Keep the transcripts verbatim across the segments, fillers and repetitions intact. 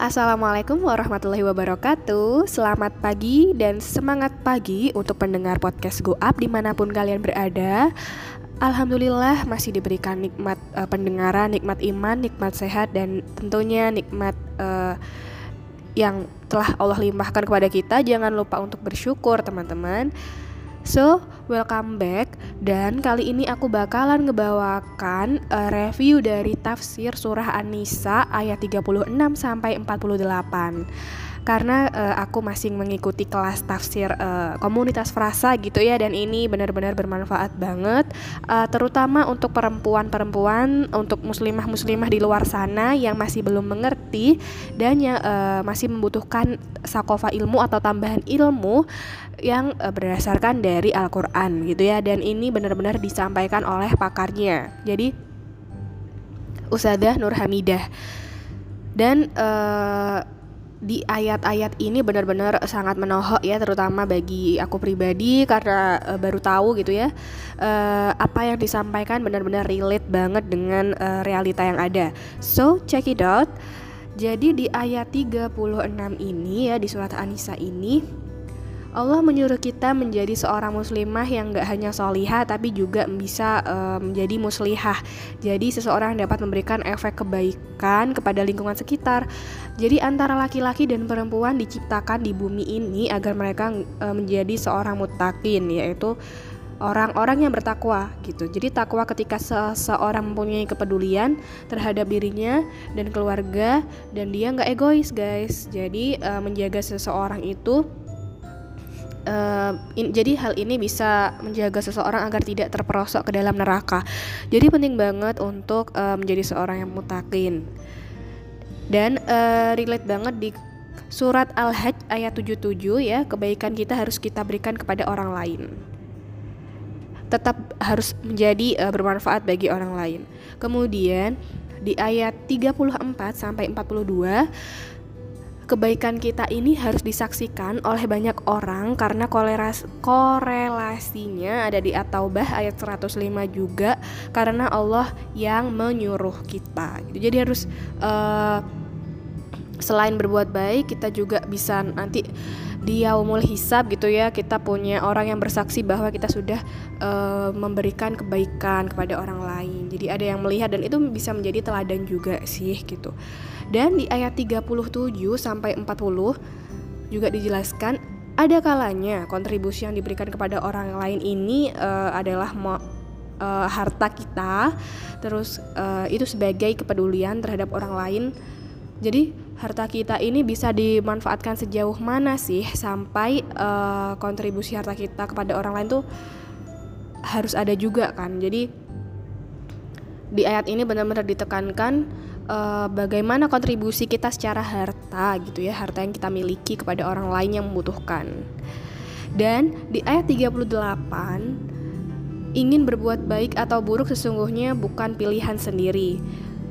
Assalamualaikum warahmatullahi wabarakatuh. Selamat pagi dan semangat pagi untuk pendengar podcast Go Up dimanapun kalian berada. Alhamdulillah masih diberikan nikmat uh, pendengaran, nikmat iman, nikmat sehat, dan tentunya nikmat uh, yang telah Allah limpahkan kepada kita. Jangan lupa untuk bersyukur teman-teman. So, welcome back. Dan kali ini aku bakalan ngebawakan uh, review dari tafsir surah An-Nisa ayat tiga puluh enam sampai empat puluh delapan. Karena uh, aku masih mengikuti kelas tafsir uh, komunitas frasa gitu ya, dan ini benar-benar bermanfaat banget, uh, terutama untuk perempuan-perempuan, untuk muslimah-muslimah di luar sana yang masih belum mengerti dan yang uh, masih membutuhkan sakofa ilmu atau tambahan ilmu yang uh, berdasarkan dari Al-Quran gitu ya. Dan ini benar-benar disampaikan oleh pakarnya, jadi Ustadzah Nur Hamidah. Dan uh, di ayat-ayat ini benar-benar sangat menohok ya, terutama bagi aku pribadi karena uh, baru tahu gitu ya, uh, apa yang disampaikan benar-benar relate banget dengan uh, realita yang ada. So check it out. Jadi di ayat tiga puluh enam ini ya, di surat An-Nisa ini, Allah menyuruh kita menjadi seorang muslimah yang gak hanya solihah tapi juga bisa uh, menjadi muslihah. Jadi seseorang dapat memberikan efek kebaikan kepada lingkungan sekitar. Jadi antara laki-laki dan perempuan diciptakan di bumi ini agar mereka uh, menjadi seorang muttaqin, yaitu orang-orang yang bertakwa gitu. Jadi takwa ketika seseorang mempunyai kepedulian terhadap dirinya dan keluarga, dan dia gak egois guys. Jadi uh, menjaga seseorang itu Uh, in, jadi hal ini bisa menjaga seseorang agar tidak terperosok ke dalam neraka. Jadi penting banget untuk uh, menjadi seorang yang muttaqin. Dan uh, relate banget di surat Al-Hajj ayat tujuh puluh tujuh ya, kebaikan kita harus kita berikan kepada orang lain. Tetap harus menjadi uh, bermanfaat bagi orang lain. Kemudian di ayat tiga puluh empat sampai empat puluh dua, kebaikan kita ini harus disaksikan oleh banyak orang karena korelas- korelasinya ada di At-Taubah ayat seratus lima juga, karena Allah yang menyuruh kita gitu. Jadi harus uh, selain berbuat baik, kita juga bisa nanti di yaumul hisab gitu ya, kita punya orang yang bersaksi bahwa kita sudah uh, memberikan kebaikan kepada orang lain. Jadi ada yang melihat, dan itu bisa menjadi teladan juga sih gitu. Dan di ayat tiga puluh tujuh sampai empat puluh juga dijelaskan, ada kalanya kontribusi yang diberikan kepada orang lain ini uh, adalah mo- uh, harta kita, terus uh, itu sebagai kepedulian terhadap orang lain. Jadi harta kita ini bisa dimanfaatkan sejauh mana sih sampai uh, kontribusi harta kita kepada orang lain tuh harus ada juga kan. Jadi di ayat ini benar-benar ditekankan Uh, bagaimana kontribusi kita secara harta gitu ya, harta yang kita miliki kepada orang lain yang membutuhkan. Dan di ayat tiga puluh delapan, ingin berbuat baik atau buruk sesungguhnya bukan pilihan sendiri.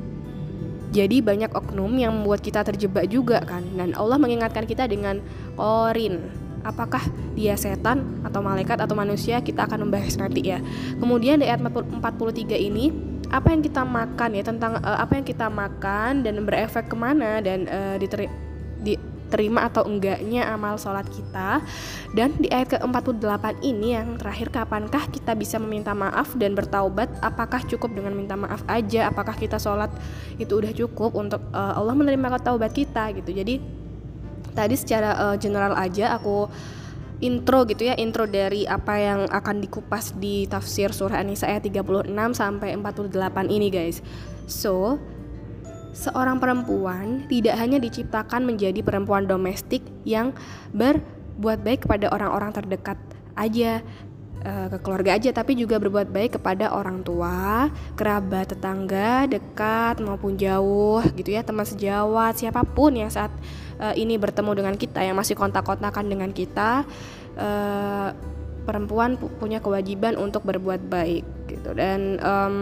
Jadi banyak oknum yang membuat kita terjebak juga kan. Dan Allah mengingatkan kita dengan Qorin, apakah dia setan atau malaikat atau manusia, kita akan membahas nanti ya. Kemudian di ayat empat puluh tiga ini, apa yang kita makan ya, tentang uh, apa yang kita makan dan berefek kemana, dan uh, diteri- diterima atau enggaknya amal sholat kita. Dan di ayat ke empat puluh delapan ini yang terakhir, kapankah kita bisa meminta maaf dan bertaubat? Apakah cukup dengan minta maaf aja? Apakah kita sholat itu udah cukup untuk uh, Allah menerima taubat kita gitu. Jadi tadi secara uh, general aja aku intro gitu ya, intro dari apa yang akan dikupas di tafsir surah An-Nisa ayat tiga puluh enam sampai empat puluh delapan ini guys. So, seorang perempuan tidak hanya diciptakan menjadi perempuan domestik yang berbuat baik kepada orang-orang terdekat aja, ke keluarga aja, tapi juga berbuat baik kepada orang tua, kerabat, tetangga dekat maupun jauh gitu ya, teman sejawat, siapapun yang saat uh, ini bertemu dengan kita, yang masih kontak-kontakan dengan kita. Uh, perempuan pu- punya kewajiban untuk berbuat baik gitu. Dan um,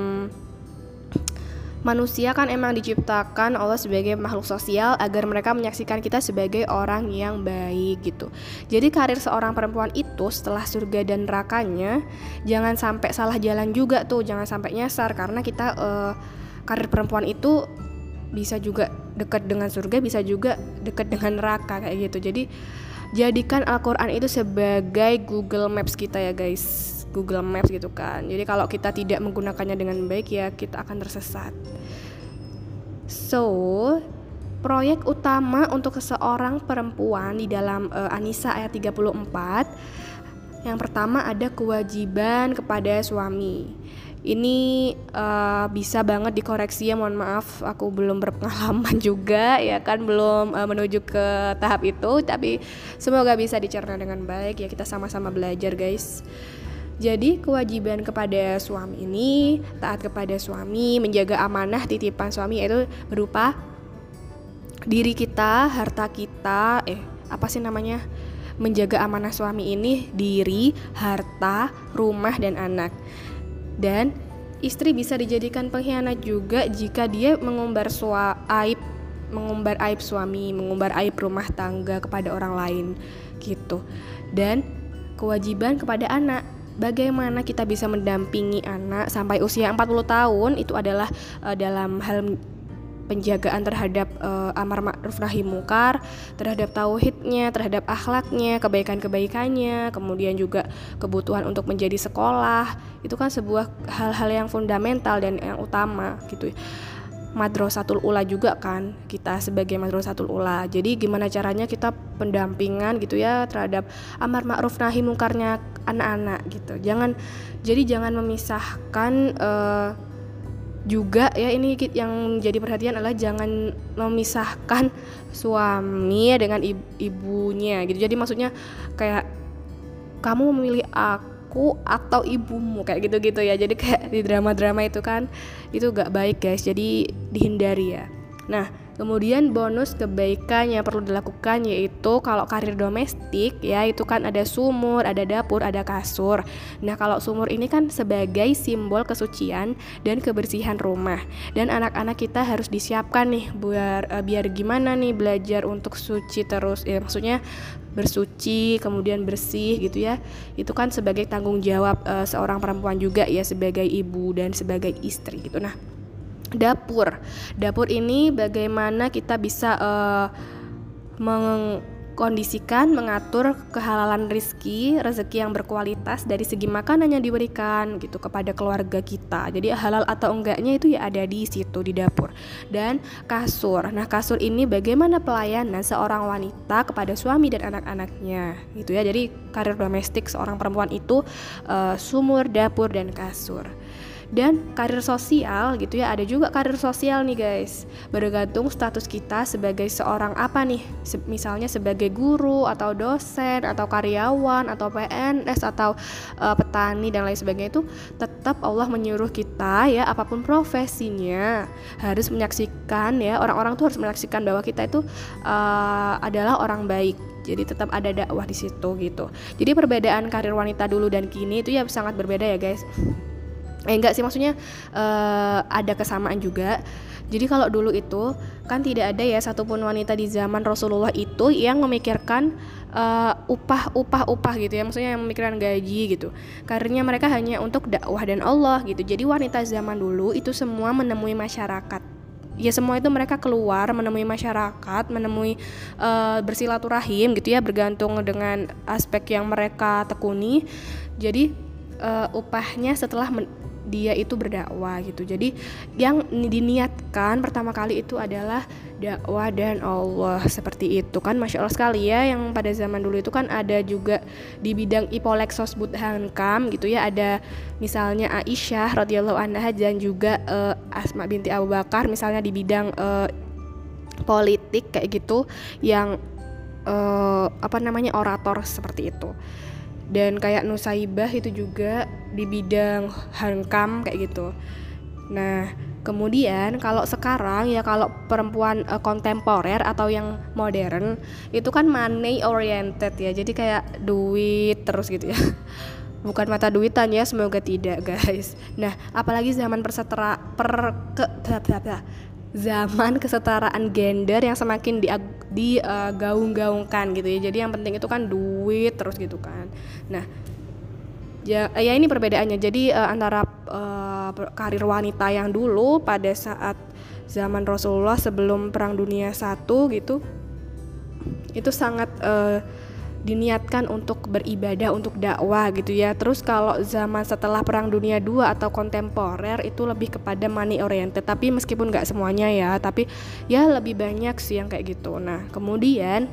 manusia kan emang diciptakan Allah sebagai makhluk sosial agar mereka menyaksikan kita sebagai orang yang baik gitu. Jadi karir seorang perempuan itu setelah surga dan nerakanya jangan sampai salah jalan juga tuh, jangan sampai nyasar, karena kita uh, karir perempuan itu bisa juga dekat dengan surga, bisa juga dekat dengan neraka kayak gitu. Jadi jadikan Al-Quran itu sebagai Google Maps kita ya guys, Google Maps gitu kan. Jadi kalau kita tidak menggunakannya dengan baik ya kita akan tersesat. So proyek utama untuk seseorang perempuan di dalam uh, An-Nisa ayat tiga puluh empat, yang pertama ada kewajiban kepada suami. Ini uh, bisa banget dikoreksi ya, mohon maaf aku belum berpengalaman juga ya kan, belum uh, menuju ke tahap itu, tapi semoga bisa dicerna dengan baik ya, kita sama-sama belajar guys. Jadi kewajiban kepada suami ini, taat kepada suami, menjaga amanah titipan suami, yaitu berupa diri kita, harta kita, eh apa sih namanya, menjaga amanah suami ini diri, harta, rumah dan anak. Dan istri bisa dijadikan pengkhianat juga jika dia mengumbar sua, aib mengumbar aib suami, mengumbar aib rumah tangga kepada orang lain gitu. Dan kewajiban kepada anak, bagaimana kita bisa mendampingi anak sampai usia empat puluh tahun, itu adalah uh, dalam hal penjagaan terhadap uh, amar ma'ruf nahi mungkar, terhadap tauhidnya, terhadap akhlaknya, kebaikan-kebaikannya, kemudian juga kebutuhan untuk menjadi sekolah. Itu kan sebuah hal-hal yang fundamental dan yang utama gitu. Madrasatul ula juga kan kita sebagai madrasatul ula. Jadi gimana caranya kita pendampingan gitu ya terhadap amar ma'ruf nahi mungkarnya anak-anak gitu. Jangan jadi jangan memisahkan uh, juga ya, ini yang jadi perhatian adalah jangan memisahkan suami dengan ibu, ibunya gitu. Jadi maksudnya kayak kamu memilih aku atau ibumu kayak gitu-gitu ya. Jadi kayak di drama-drama itu kan itu gak baik guys, jadi dihindari ya. Nah kemudian bonus kebaikan yang perlu dilakukan yaitu kalau karir domestik ya, itu kan ada sumur, ada dapur, ada kasur. Nah kalau sumur ini kan sebagai simbol kesucian dan kebersihan rumah, dan anak-anak kita harus disiapkan nih biar uh, biar gimana nih belajar untuk suci terus ya, maksudnya bersuci kemudian bersih gitu ya. Itu kan sebagai tanggung jawab uh, seorang perempuan juga ya, sebagai ibu dan sebagai istri gitu. Nah dapur dapur ini bagaimana kita bisa uh, mengkondisikan, mengatur kehalalan rizki, rezeki yang berkualitas dari segi makanan yang diberikan gitu kepada keluarga kita. Jadi halal atau enggaknya itu ya ada di situ di dapur. Dan kasur. Nah kasur ini bagaimana pelayanan seorang wanita kepada suami dan anak-anaknya gitu ya. Jadi karir domestik seorang perempuan itu uh, sumur, dapur dan kasur. Dan karir sosial gitu ya, ada juga karir sosial nih guys, bergantung status kita sebagai seorang apa nih, Se- misalnya sebagai guru atau dosen atau karyawan atau P N S atau uh, petani dan lain sebagainya. Itu tetap Allah menyuruh kita ya, apapun profesinya harus menyaksikan ya, orang-orang tuh harus menyaksikan bahwa kita itu uh, adalah orang baik. Jadi tetap ada dakwah di situ gitu. Jadi perbedaan karir wanita dulu dan kini itu ya sangat berbeda ya guys. Eh enggak sih, maksudnya uh, ada kesamaan juga. Jadi kalau dulu itu kan tidak ada ya satupun wanita di zaman Rasulullah itu yang memikirkan uh, upah upah upah gitu ya, maksudnya yang memikirkan gaji gitu. Karirnya mereka hanya untuk dakwah dan Allah gitu. Jadi wanita zaman dulu itu semua menemui masyarakat. Ya semua itu mereka keluar menemui masyarakat, menemui uh, bersilaturahim gitu ya, bergantung dengan aspek yang mereka tekuni. Jadi uh, upahnya setelah men- dia itu berdakwah gitu. Jadi yang diniatkan pertama kali itu adalah dakwah dan Allah, seperti itu kan. Masya Allah sekali ya, yang pada zaman dulu itu kan ada juga di bidang Ipolek Sosbud Hankam gitu ya, ada misalnya Aisyah radhiyallahu anha dan juga uh, Asma binti Abu Bakar misalnya di bidang uh, politik kayak gitu, yang uh, apa namanya orator seperti itu. Dan kayak Nusaibah itu juga di bidang hankam kayak gitu. Nah kemudian kalau sekarang ya, kalau perempuan uh, kontemporer atau yang modern itu kan money oriented ya, jadi kayak duit terus gitu ya. Bukan mata duitan ya, semoga tidak guys. Nah apalagi zaman persetera per ke bla bla bla zaman kesetaraan gender yang semakin di, di uh, gaung-gaungkan gitu ya. Jadi yang penting itu kan duit terus gitu kan. Nah Ya, ya ini perbedaannya. Jadi uh, antara uh, karir wanita yang dulu pada saat zaman Rasulullah sebelum Perang Dunia satu gitu, itu sangat uh, diniatkan untuk beribadah, untuk dakwah gitu ya. Terus kalau zaman setelah Perang Dunia dua atau kontemporer itu lebih kepada money oriented. Tapi meskipun nggak semuanya ya, tapi ya lebih banyak sih yang kayak gitu. Nah, kemudian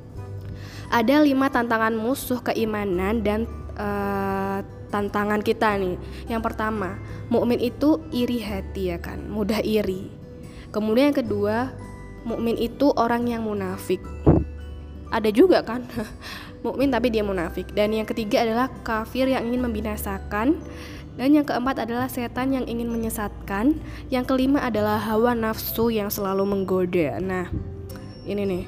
ada lima tantangan musuh keimanan dan Uh, tantangan kita nih. Yang pertama, mukmin itu iri hati ya kan, mudah iri. Kemudian yang kedua, mukmin itu orang yang munafik. Ada juga kan mukmin tapi dia munafik. Dan yang ketiga adalah kafir yang ingin membinasakan. Dan yang keempat adalah setan yang ingin menyesatkan. Yang kelima adalah hawa nafsu yang selalu menggoda. Nah, ini nih.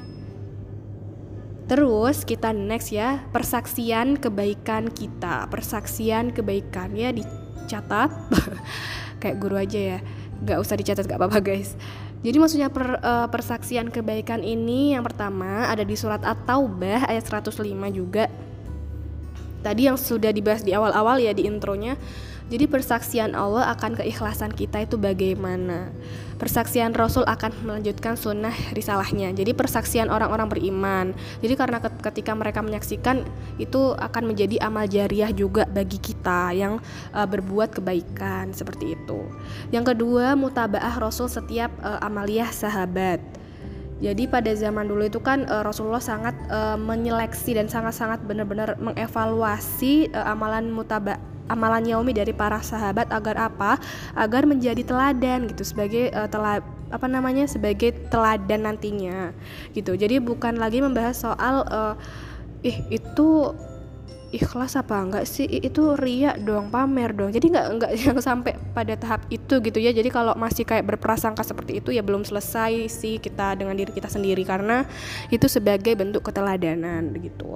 Terus kita next ya, persaksian kebaikan kita. Persaksian kebaikan ya dicatat. Kayak guru aja ya, gak usah dicatat, gak apa-apa guys. Jadi maksudnya per, uh, persaksian kebaikan ini yang pertama ada di surat At-Taubah ayat seratus lima juga. Tadi yang sudah dibahas di awal-awal ya di intronya. Jadi persaksian Allah akan keikhlasan kita itu bagaimana. Persaksian Rasul akan melanjutkan sunnah risalahnya. Jadi persaksian orang-orang beriman. Jadi karena ketika mereka menyaksikan itu akan menjadi amal jariah juga bagi kita yang uh, berbuat kebaikan seperti itu. Yang kedua, mutabaah Rasul setiap uh, amaliyah sahabat. Jadi pada zaman dulu itu kan uh, Rasulullah sangat uh, menyeleksi dan sangat-sangat benar-benar mengevaluasi uh, amalan mutaba amalan yaumi dari para sahabat agar apa? Agar menjadi teladan gitu sebagai uh, tela apa namanya? sebagai teladan nantinya gitu. Jadi bukan lagi membahas soal uh, ih itu ikhlas apa enggak sih, itu riya dong, pamer dong. Jadi enggak enggak yang sampai pada tahap itu gitu ya. Jadi kalau masih kayak berprasangka seperti itu ya belum selesai sih kita dengan diri kita sendiri, karena itu sebagai bentuk keteladanan gitu.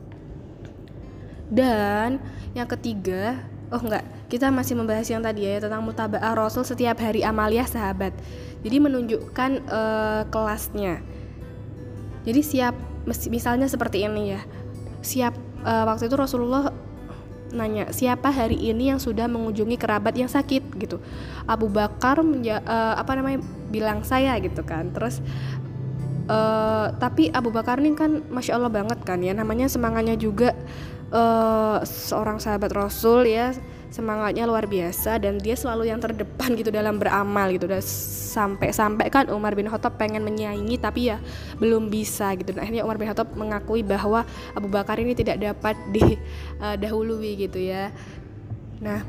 Dan yang ketiga, oh enggak, kita masih membahas yang tadi ya tentang mutaba'ah Rasul setiap hari amaliyah sahabat. Jadi menunjukkan uh, kelasnya. Jadi siap, misalnya seperti ini ya. Siap uh, waktu itu Rasulullah nanya, siapa hari ini yang sudah mengunjungi kerabat yang sakit gitu. Abu Bakar menja- uh, apa namanya bilang saya gitu kan. Terus uh, tapi Abu Bakar ini kan masya Allah banget kan ya, namanya semangatnya juga uh, seorang sahabat Rasul ya, semangatnya luar biasa dan dia selalu yang terdepan gitu dalam beramal gitu. Dan sampai-sampai kan Umar bin Khattab pengen menyaingi tapi ya belum bisa gitu. Dan akhirnya Umar bin Khattab mengakui bahwa Abu Bakar ini tidak dapat didahului uh, gitu ya. Nah,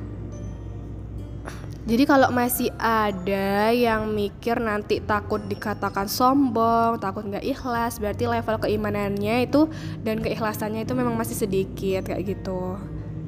jadi kalau masih ada yang mikir nanti takut dikatakan sombong, takut gak ikhlas, berarti level keimanannya itu dan keikhlasannya itu memang masih sedikit kayak gitu.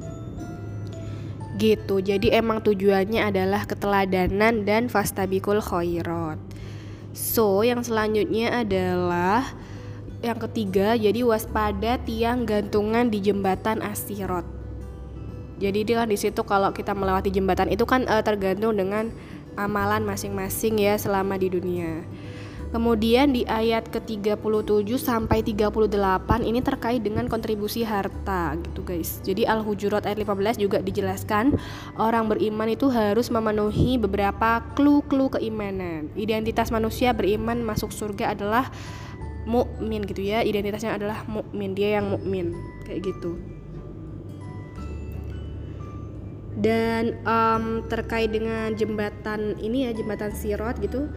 Gitu. Jadi emang tujuannya adalah keteladanan dan fastabiqul khairat. So, yang selanjutnya adalah yang ketiga, jadi waspada tiang gantungan di jembatan As-Sirat. Jadi dia kan di situ kalau kita melewati jembatan itu kan uh, tergantung dengan amalan masing-masing ya selama di dunia. Kemudian di ayat ke tiga puluh tujuh sampai tiga puluh delapan ini terkait dengan kontribusi harta gitu guys. Jadi Al-Hujurat ayat lima belas juga dijelaskan orang beriman itu harus memenuhi beberapa clue-clue keimanan. Identitas manusia beriman masuk surga adalah mukmin gitu ya. Identitasnya adalah mukmin, dia yang mukmin kayak gitu. Dan um, terkait dengan jembatan ini ya, jembatan Sirat gitu,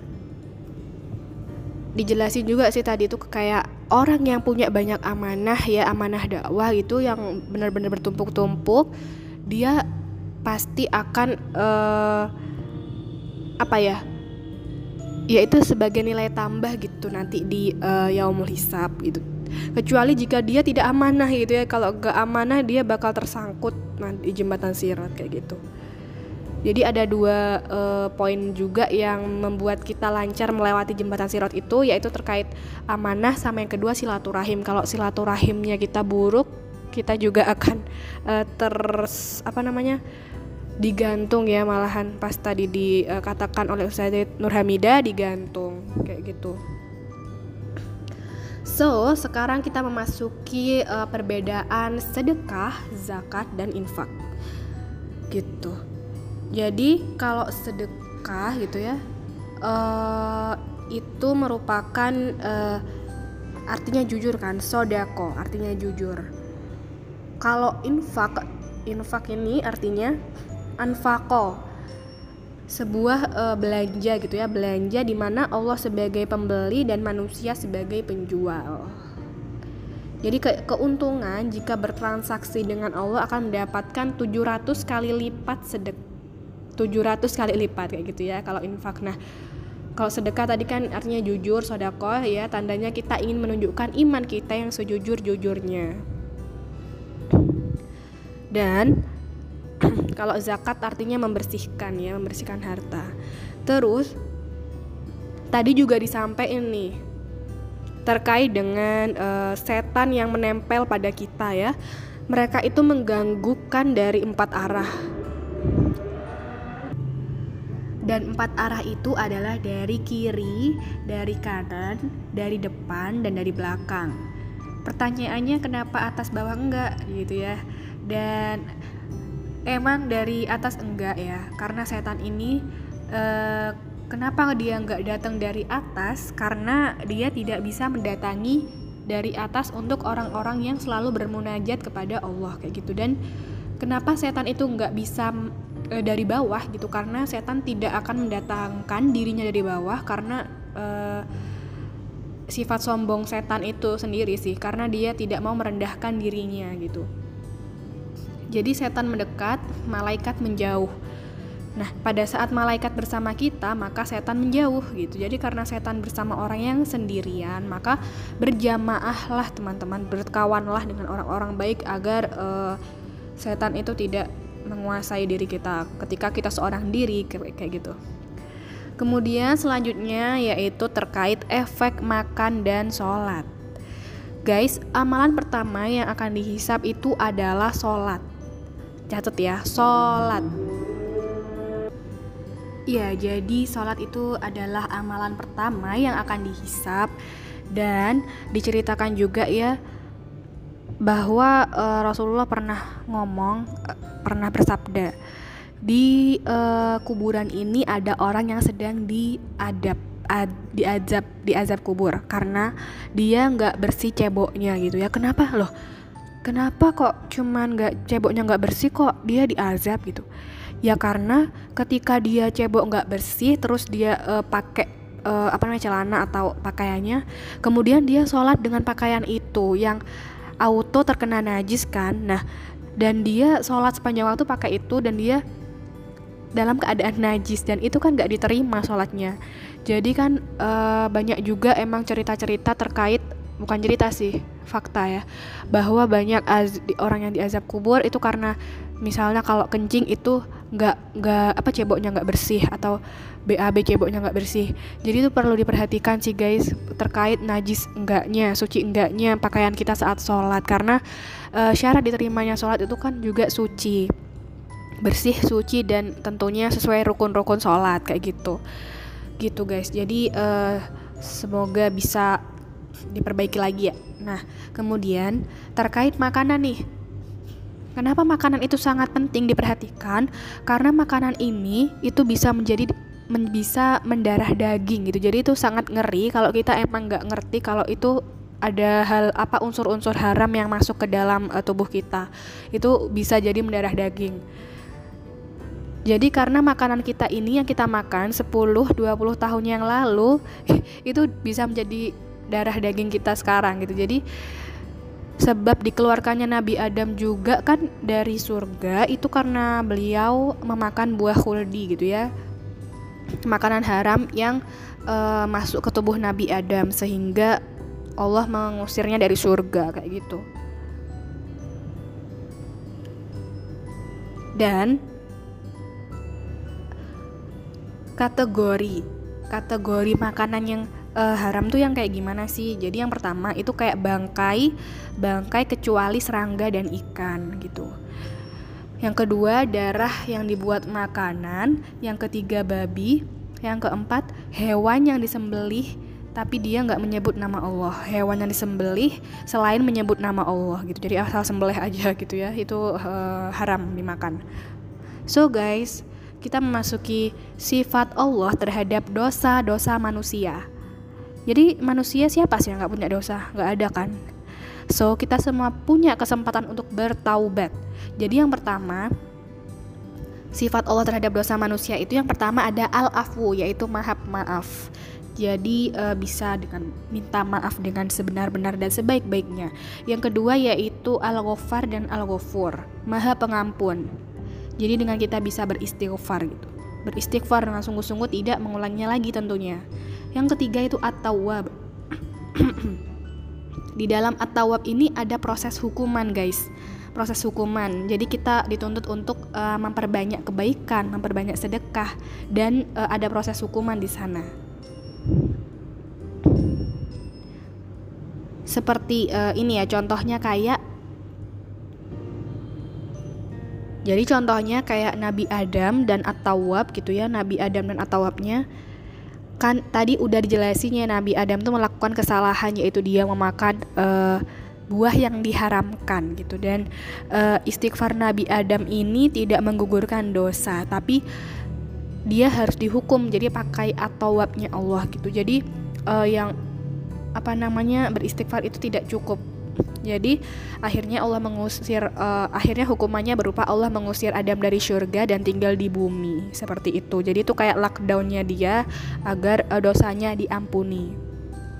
dijelasin juga sih tadi tuh kayak orang yang punya banyak amanah ya, amanah dakwah gitu yang benar-benar bertumpuk-tumpuk, dia pasti akan uh, apa ya, yaitu sebagai nilai tambah gitu nanti di uh, yaumul hisab gitu. Kecuali jika dia tidak amanah gitu ya, kalau gak amanah dia bakal tersangkut nanti di jembatan Sirat kayak gitu. Jadi ada dua uh, poin juga yang membuat kita lancar melewati jembatan Sirat itu, yaitu terkait amanah sama yang kedua silaturahim. Kalau silaturahimnya kita buruk, kita juga akan uh, ter apa namanya digantung ya, malahan pas tadi dikatakan uh, oleh Ustazah Nur Hamidah digantung kayak gitu. So, sekarang kita memasuki uh, perbedaan sedekah, zakat, dan infak. Gitu. Jadi, kalau sedekah gitu ya, uh, itu merupakan uh, artinya jujur kan, sodako, artinya jujur. Kalau infak, infak ini artinya anfako, sebuah e, belanja gitu ya, belanja di mana Allah sebagai pembeli dan manusia sebagai penjual. Jadi ke- keuntungan jika bertransaksi dengan Allah akan mendapatkan tujuh ratus kali lipat sedek tujuh ratus kali lipat kayak gitu ya kalau infak. Nah, kalau sedekah tadi kan artinya jujur, sedekah ya, tandanya kita ingin menunjukkan iman kita yang sejujur-jujurnya. Dan kalau zakat artinya membersihkan ya, membersihkan harta. Terus tadi juga disampaikan nih terkait dengan uh, setan yang menempel pada kita ya. Mereka itu mengganggukan dari empat arah. Dan empat arah itu adalah dari kiri, dari kanan, dari depan, dan dari belakang. Pertanyaannya kenapa atas bawah enggak gitu ya. Dan emang dari atas enggak ya, karena setan ini eh, kenapa dia enggak datang dari atas? Karena dia tidak bisa mendatangi dari atas untuk orang-orang yang selalu bermunajat kepada Allah kayak gitu. Dan kenapa setan itu enggak bisa eh, dari bawah gitu? Karena setan tidak akan mendatangkan dirinya dari bawah karena eh, sifat sombong setan itu sendiri sih, karena dia tidak mau merendahkan dirinya gitu. Jadi setan mendekat, malaikat menjauh. Nah, pada saat malaikat bersama kita, maka setan menjauh gitu. Jadi karena setan bersama orang yang sendirian, maka berjamaahlah teman-teman, berkawanlah dengan orang-orang baik agar uh, setan itu tidak menguasai diri kita ketika kita seorang diri kayak gitu. Kemudian selanjutnya yaitu terkait efek makan dan sholat. Guys, amalan pertama yang akan dihisap itu adalah sholat. Catat ya, sholat. Ya, jadi sholat itu adalah amalan pertama yang akan dihisap. Dan diceritakan juga ya bahwa e, Rasulullah pernah ngomong, e, pernah bersabda, di e, kuburan ini ada orang yang sedang diadab, ad, diazab, diazab kubur karena dia nggak bersih ceboknya gitu ya. Kenapa loh? Kenapa kok cuman nggak ceboknya nggak bersih kok dia diazab gitu? Ya karena ketika dia cebok nggak bersih, terus dia uh, pakai uh, apa namanya celana atau pakaiannya, kemudian dia sholat dengan pakaian itu yang auto terkena najis kan. Nah, dan dia sholat sepanjang waktu pakai itu dan dia dalam keadaan najis, dan itu kan nggak diterima sholatnya. Jadi kan uh, banyak juga emang cerita-cerita terkait, bukan cerita sih, fakta ya, bahwa banyak az- orang yang diazab kubur itu karena misalnya kalau kencing itu nggak nggak apa ceboknya nggak bersih atau B A B ceboknya nggak bersih. Jadi itu perlu diperhatikan sih guys terkait najis enggaknya, suci enggaknya pakaian kita saat sholat, karena uh, syarat diterimanya sholat itu kan juga suci, bersih, suci, dan tentunya sesuai rukun-rukun sholat kayak gitu gitu guys. Jadi uh, semoga bisa diperbaiki lagi ya. Nah, kemudian terkait makanan nih, kenapa makanan itu sangat penting diperhatikan? Karena makanan ini itu bisa menjadi men, bisa mendarah daging gitu. Jadi itu sangat ngeri kalau kita emang nggak ngerti kalau itu ada hal apa unsur-unsur haram yang masuk ke dalam uh, tubuh kita. Itu bisa jadi mendarah daging. Jadi karena makanan kita ini yang kita makan sepuluh dua puluh tahun yang lalu itu bisa menjadi darah daging kita sekarang gitu. Jadi sebab dikeluarkannya Nabi Adam juga kan dari surga itu karena beliau memakan buah khuldi gitu ya, makanan haram yang e, masuk ke tubuh Nabi Adam sehingga Allah mengusirnya dari surga kayak gitu. Dan kategori kategori makanan yang Uh, haram tuh yang kayak gimana sih? Jadi yang pertama itu kayak bangkai, bangkai kecuali serangga dan ikan gitu. Yang kedua darah yang dibuat makanan. Yang ketiga babi. Yang keempat hewan yang disembelih tapi dia nggak menyebut nama Allah. Hewan yang disembelih selain menyebut nama Allah gitu. Jadi asal sembelih aja gitu ya, itu uh, haram dimakan. So guys, kita memasuki sifat Allah terhadap dosa-dosa manusia. Jadi manusia siapa sih yang nggak punya dosa? Nggak ada kan? So kita semua punya kesempatan untuk bertaubat. Jadi yang pertama, sifat Allah terhadap dosa manusia itu yang pertama ada al-afwu, yaitu maha maaf. Jadi e, bisa dengan minta maaf dengan sebenar-benar dan sebaik-baiknya. Yang kedua yaitu al-ghaffar dan al-ghafur, maha pengampun. Jadi dengan kita bisa beristighfar gitu. Beristighfar dengan sungguh-sungguh, tidak mengulanginya lagi tentunya. Yang ketiga itu at-tawwab. Di dalam at-tawwab ini ada proses hukuman guys. Proses hukuman. Jadi kita dituntut untuk uh, memperbanyak kebaikan, memperbanyak sedekah, dan uh, ada proses hukuman di sana. Seperti uh, ini ya, contohnya kayak Jadi contohnya kayak Nabi Adam dan At-Tawwab gitu ya. Nabi Adam dan At-Tawwabnya kan tadi udah dijelasin ya, Nabi Adam tuh melakukan kesalahan, yaitu dia memakan uh, buah yang diharamkan gitu. Dan uh, istighfar Nabi Adam ini tidak menggugurkan dosa, tapi dia harus dihukum, jadi pakai at-tawwabnya Allah gitu. Jadi uh, yang apa namanya beristighfar itu tidak cukup. Jadi akhirnya Allah mengusir uh, akhirnya hukumannya berupa Allah mengusir Adam dari surga dan tinggal di bumi, seperti itu. Jadi itu kayak lockdownnya dia agar uh, dosanya diampuni.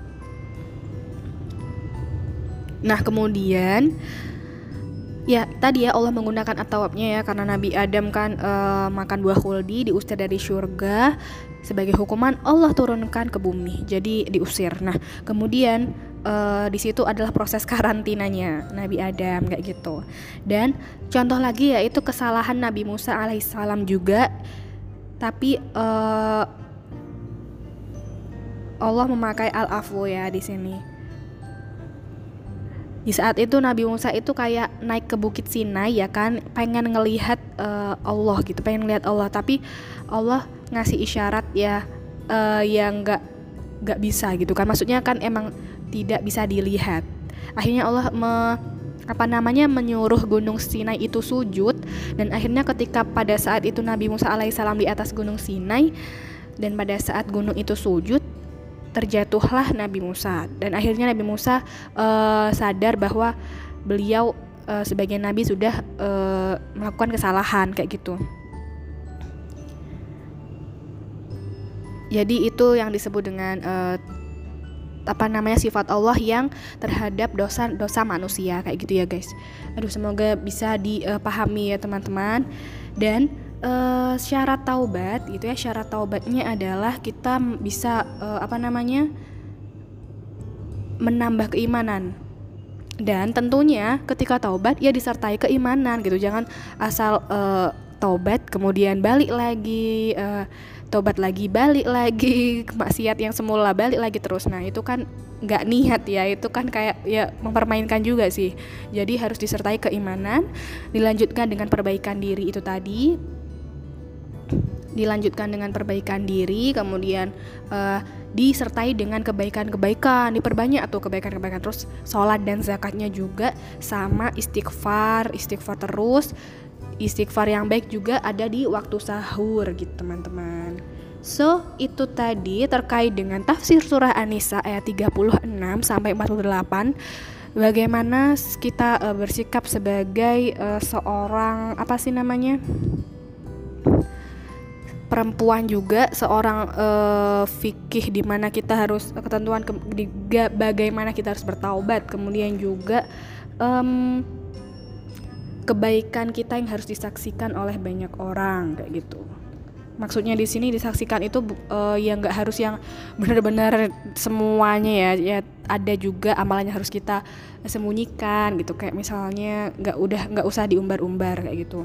Nah kemudian ya tadi ya Allah menggunakan at-tawwabnya ya, karena Nabi Adam kan uh, makan buah khuldi, diusir dari surga. Sebagai hukuman Allah turunkan ke bumi, jadi diusir. Nah kemudian uh, di situ adalah proses karantinanya Nabi Adam kayak gitu. Dan contoh lagi yaitu kesalahan Nabi Musa alaihissalam juga, tapi uh, Allah memakai al-afwu ya di sini. Di saat itu Nabi Musa itu kayak naik ke Bukit Sinai ya kan, pengen ngelihat uh, Allah gitu, pengen ngelihat Allah, tapi Allah ngasih isyarat ya uh, yang nggak nggak bisa gitu kan, maksudnya kan emang tidak bisa dilihat. Akhirnya Allah me, apa namanya menyuruh Gunung Sinai itu sujud, dan akhirnya ketika pada saat itu Nabi Musa alaihissalam di atas Gunung Sinai, dan pada saat gunung itu sujud, terjatuhlah Nabi Musa, dan akhirnya Nabi Musa uh, sadar bahwa beliau uh, sebagai nabi sudah uh, melakukan kesalahan kayak gitu. Jadi itu yang disebut dengan uh, apa namanya sifat Allah yang terhadap dosa-dosa manusia kayak gitu ya guys. Aduh semoga bisa dipahami ya teman-teman. Dan Uh, syarat taubat gitu ya, syarat taubatnya adalah kita bisa uh, apa namanya menambah keimanan, dan tentunya ketika taubat ya disertai keimanan gitu. Jangan asal uh, taubat kemudian balik lagi, uh, taubat lagi balik lagi, maksiat yang semula balik lagi terus. Nah itu kan nggak niat ya, itu kan kayak ya mempermainkan juga sih. Jadi harus disertai keimanan, dilanjutkan dengan perbaikan diri itu tadi. dilanjutkan dengan perbaikan diri, kemudian uh, disertai dengan kebaikan-kebaikan, diperbanyak tuh kebaikan-kebaikan, terus sholat dan zakatnya juga, sama istighfar, istighfar terus, istighfar yang baik juga ada di waktu sahur gitu teman-teman. So itu tadi terkait dengan tafsir surah An-Nisa ayat tiga puluh enam sampai empat puluh delapan. Bagaimana kita uh, bersikap sebagai uh, seorang apa sih namanya perempuan juga, seorang uh, fikih di mana kita harus ketentuan ke, di, bagaimana kita harus bertaubat, kemudian juga um, kebaikan kita yang harus disaksikan oleh banyak orang kayak gitu. Maksudnya di sini disaksikan itu uh, ya nggak harus yang benar-benar semuanya ya, ya ada juga amalannya harus kita sembunyikan gitu, kayak misalnya nggak udah nggak usah diumbar-umbar kayak gitu.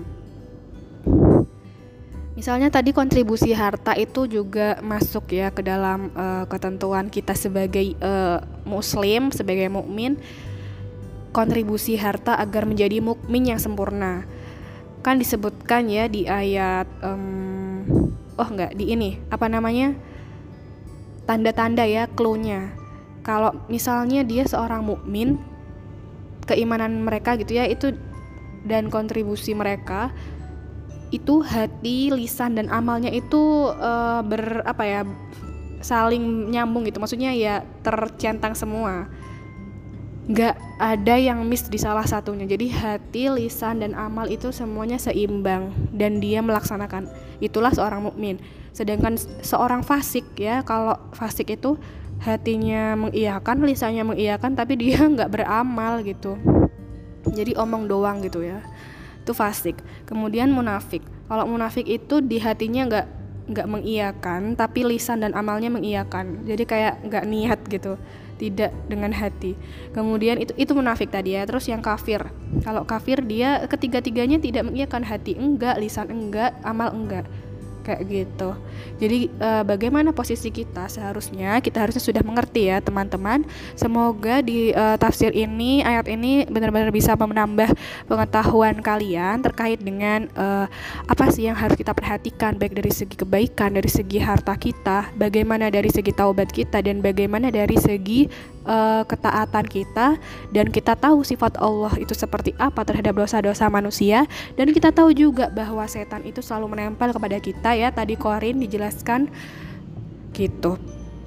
Misalnya tadi kontribusi harta itu juga masuk ya ke dalam uh, ketentuan kita sebagai uh, muslim, sebagai mukmin, kontribusi harta agar menjadi mukmin yang sempurna. Kan disebutkan ya di ayat um, oh enggak di ini apa namanya tanda-tanda ya, clue-nya. Kalau misalnya dia seorang mukmin, keimanan mereka gitu ya, itu dan kontribusi mereka itu hati, lisan dan amalnya itu uh, ber apa ya saling nyambung gitu. Maksudnya ya tercentang semua. Nggak ada yang miss di salah satunya. Jadi hati, lisan dan amal itu semuanya seimbang dan dia melaksanakan. Itulah seorang mukmin. Sedangkan seorang fasik ya, kalau fasik itu hatinya mengiyakan, lisannya mengiyakan, tapi dia nggak beramal gitu. Jadi omong doang gitu ya. Itu fasik. Kemudian munafik. Kalau munafik itu di hatinya nggak nggak mengiyakan, tapi lisan dan amalnya mengiyakan. Jadi kayak nggak niat gitu, tidak dengan hati. Kemudian itu itu munafik tadi ya. Terus yang kafir. Kalau kafir dia ketiga-tiganya tidak mengiyakan, hati enggak, lisan enggak, amal enggak. Kayak gitu. Jadi uh, bagaimana posisi kita seharusnya kita harusnya sudah mengerti ya teman-teman. Semoga di uh, tafsir ini, ayat ini benar-benar bisa menambah pengetahuan kalian terkait dengan uh, apa sih yang harus kita perhatikan, baik dari segi kebaikan, dari segi harta kita, bagaimana dari segi taubat kita, dan bagaimana dari segi uh, ketaatan kita. Dan kita tahu sifat Allah itu seperti apa terhadap dosa-dosa manusia, dan kita tahu juga bahwa setan itu selalu menempel kepada kita ya, tadi Qorin dijelaskan gitu.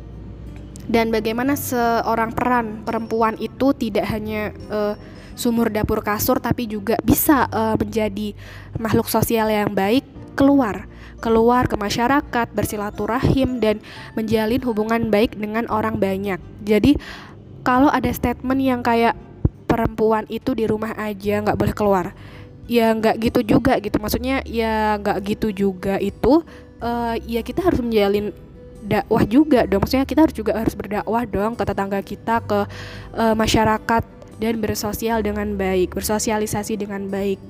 Dan bagaimana seorang peran perempuan itu tidak hanya uh, sumur dapur kasur, tapi juga bisa uh, menjadi makhluk sosial yang baik, keluar keluar ke masyarakat, bersilaturahim dan menjalin hubungan baik dengan orang banyak. Jadi kalau ada statement yang kayak perempuan itu di rumah aja nggak boleh keluar, ya nggak gitu juga gitu. Maksudnya ya nggak gitu juga itu uh, ya kita harus menjalin dakwah juga dong. Maksudnya kita harus juga harus berdakwah dong ke tetangga kita, ke uh, masyarakat, dan bersosial dengan baik, bersosialisasi dengan baik.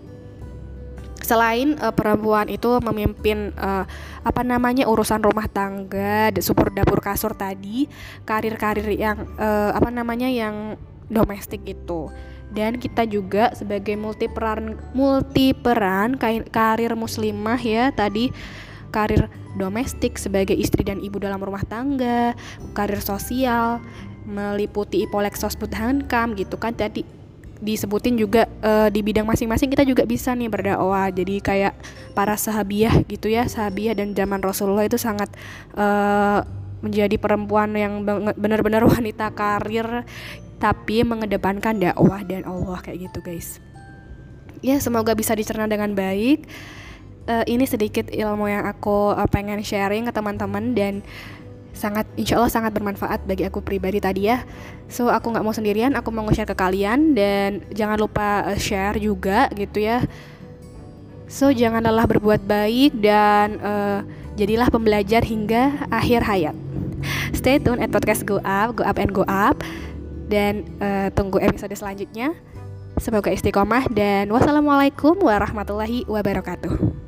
Selain uh, perempuan itu memimpin uh, apa namanya urusan rumah tangga, sumur dapur kasur tadi, karir-karir yang uh, apa namanya yang domestik itu. Dan kita juga sebagai multi peran multi peran karir muslimah ya, tadi karir domestik sebagai istri dan ibu dalam rumah tangga, karir sosial meliputi Ipolek Sosbud Hankam gitu kan, tadi disebutin juga e, di bidang masing-masing kita juga bisa nih berdakwah. Jadi kayak para sahabiah gitu ya, sahabiah dan zaman Rasulullah itu sangat e, menjadi perempuan yang benar-benar wanita karir tapi mengedepankan dakwah dan Allah kayak gitu guys. Ya semoga bisa dicerna dengan baik. Uh, ini sedikit ilmu yang aku uh, pengen sharing ke teman-teman dan sangat insya Allah sangat bermanfaat bagi aku pribadi tadi ya. So aku nggak mau sendirian, aku mau nge-share ke kalian dan jangan lupa uh, share juga gitu ya. So jangan lelah berbuat baik dan uh, jadilah pembelajar hingga akhir hayat. Stay tune at podcast Go Up, Go Up and Go Up. Dan uh, tunggu episode selanjutnya. Semoga istiqomah dan wassalamualaikum warahmatullahi wabarakatuh.